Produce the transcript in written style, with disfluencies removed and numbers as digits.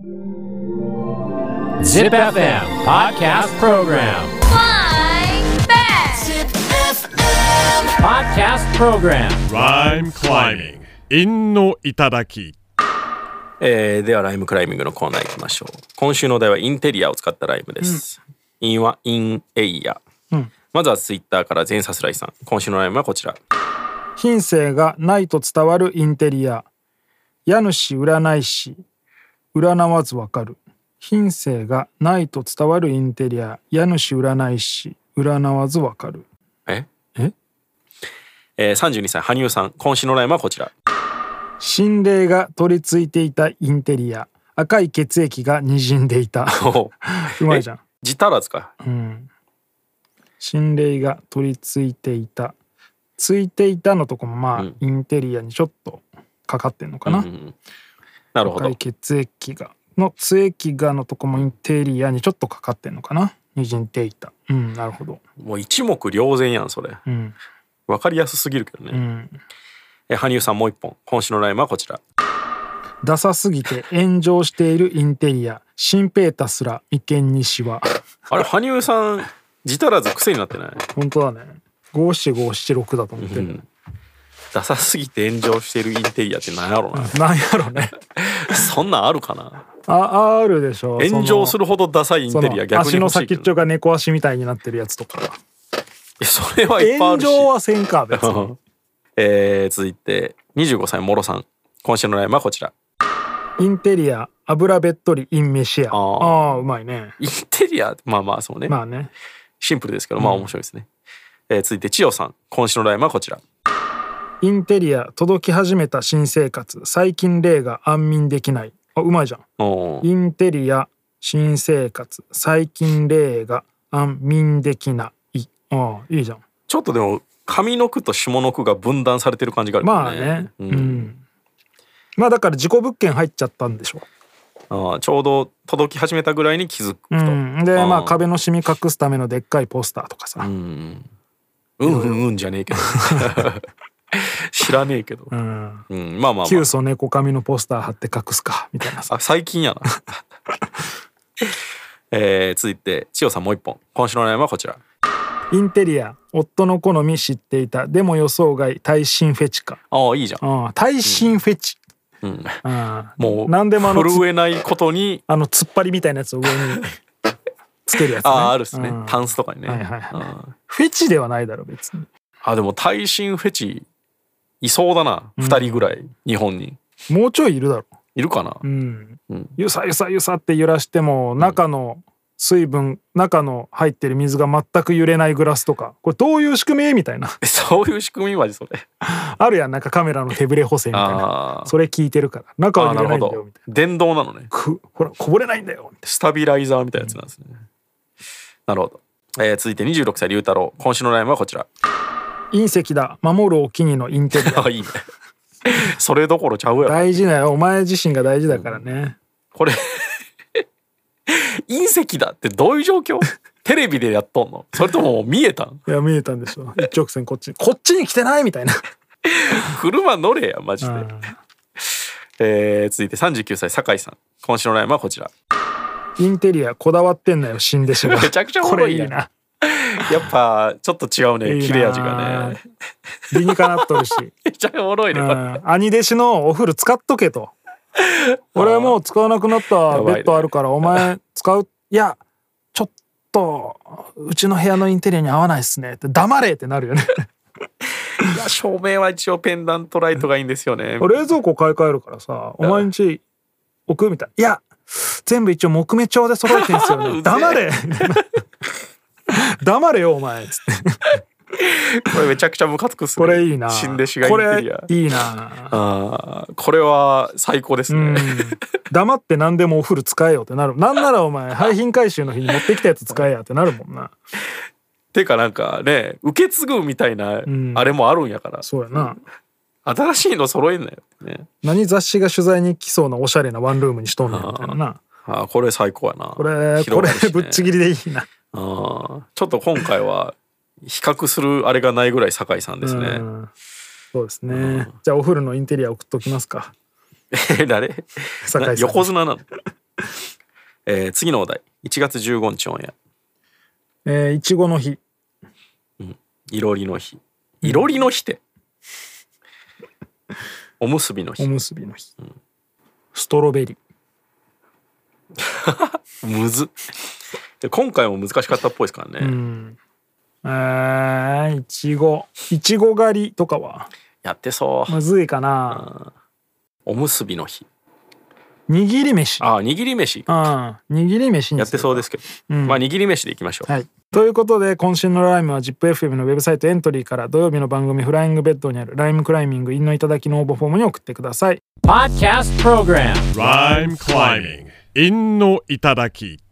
Zip FM Podcast Program Flying Back Podcast Program Rhyme climbing 陰の頂き。 ではライムクライミングのコーナー行きましょう。今週のお題はインテリアを使ったライムです。インはインエイヤ、まずはツイッターから全サスライさん。今週のライムはこちら。 品性がないと伝わるインテリア。家主占い師占わずわかる。品性がないと伝わるインテリア。家主占い師占わずわかる。 32歳羽生さん。今週のライムはこちら。 心霊が取り付いていたインテリア。赤い血液が滲んでいた。うまいじゃん。 字足らずか。 心霊が取り付いていた。ついていたのとこもまあ、インテリアにちょっとかかってんのかな。 なるほど。 赤い血液がの津液がのとこもインテリアにちょっとかかってんのかな。滲んでいた。なるほど。 もう一目瞭然やんそれ。わかりやすすぎるけどね。羽生さんもう一本。今週のライムはこちら。 ダサすぎて炎上しているインテリア。シンペータすら眉間にしわ。 あれ羽生さん字足らず癖になってない？ 本当だね。57576だと思ってる。 ダサすぎて炎上しているインテリアって何やろうな。 なんやろね。 そんなんあるかな。 あるでしょ。 炎上するほどダサいインテリア逆に足の欲しいけど。 先っちょが猫足みたいになってるやつとか。 それはいっぱいあるし。 炎上はせんか別に。 続いて25歳もろさん。今週のライムはこちら。 インテリア油べっとりインメシア。うまいね。 インテリアまあまあそうね。 まあね。 シンプルですけどまあ面白いですね。続いて千代さん。今週のライムはこちら。 インテリア届き始めた新生活。最近霊が安眠できない。うまいじゃん。インテリア新生活。最近霊が安眠できない。いいじゃん。 ちょっとでも上の句と下の句が分断されてる感じがあるよね。 まあね。まあだから事故物件入っちゃったんでしょ。 ちょうど届き始めたぐらいに気づくと。 でまあ壁のシミ隠すためのでっかいポスターとかさ。 じゃねえけど。知らねえけど。まあまあ。 旧祖猫髪のポスター貼って隠すかみたいなさ。 最近やな。続いて千代さんもう一本。今週のラインはこちら。 インテリア夫の好み知っていた。でも予想外耐震フェチか。 いいじゃん。 耐震フェチ。 もう何でも震えないことに突っ張りみたいなやつを上につけるやつね。 あるっすね。タンスとかにね。 フェチではないだろ別に。 でも耐震フェチいそうだな。2人ぐらい日本に。 もうちょいいるだろ。 いるかな。 ゆさゆさゆさって揺らしても中の水分、中の入ってる水が全く揺れないグラスとか、これどういう仕組みみたいな。 そういう仕組みまでそれ。 あるやん、なんかカメラの手ブレ補正みたいな。それ聞いてるから中は揺れないんだよみたいな。 電動なのね。 ほらこぼれないんだよ。 スタビライザーみたいなやつなんですね。なるほど。続いて26歳龍太郎。今週のラインはこちら。 隕石だ守るお気にのインテリア。 いいね。それどころちゃうやろ。 大事だよ。お前自身が大事だからね。 これ隕石だってどういう状況？テレビでやっとんの？それとも見えたん？ いや見えたんでしょ。一直線こっちに来てないみたいな。 車乗れやマジで。続いて39歳酒井さん。今週のラインはこちら。 インテリアこだわってんなよ死んでしまう。 めちゃくちゃおもろいやん。 これいいな。 やっぱちょっと違うね。切れ味がね。 理にかなっとるし。 めっちゃおもろいね。 兄弟子のお風呂使っとけと。俺はもう使わなくなったベッドあるからお前使う。いやちょっとうちの部屋のインテリアに合わないっすねって黙れってなるよね。 いや照明は一応ペンダントライトがいいんですよね。 冷蔵庫買い替えるからさお前んち置くみたいな。いや全部一応木目調で揃えてんすよね。黙れ黙れよお前っつって。 これめちゃくちゃムカつくっすね。 これいいな。 新弟子がインテリア。 これいいな。 これは最高ですね。 黙って何でもお風呂使えよってなる。なんならお前廃品回収の日に持ってきたやつ使えやってなるもんな。 てかなんかね受け継ぐみたいなあれもあるんやから。 そうやな。 新しいの揃えんなよね。 何雑誌が取材に来そうなおしゃれなワンルームにしとんねんみたいなな。 これ最高やな。 これぶっちぎりでいいな。 ちょっと今回は比較するあれがないぐらい酒井さんですね。 そうですね。じゃあお風呂のインテリア送っときますか。 誰？ 酒井さん。 横綱なの？ 次のお題1月15日オンエア。いちごの日。 いろりの日。いろりの日って、おむすびの日。 おむすびの日。ストロベリー。むずで今回も難しかったっぽいですからね。 いちご狩りとかはやってそう。 むずいかな。 おむすびの日。 握り飯。 握り飯。 握り飯にやってそうですけど、まあ握り飯でいきましょう。 はい。ということで今週のライムは ZIPFM のウェブサイトエントリーから土曜日の番組フライングベッドにあるライムクライミング陰の頂の応募フォームに送ってください。 Podcast Program Rhyme climbing 陰の頂。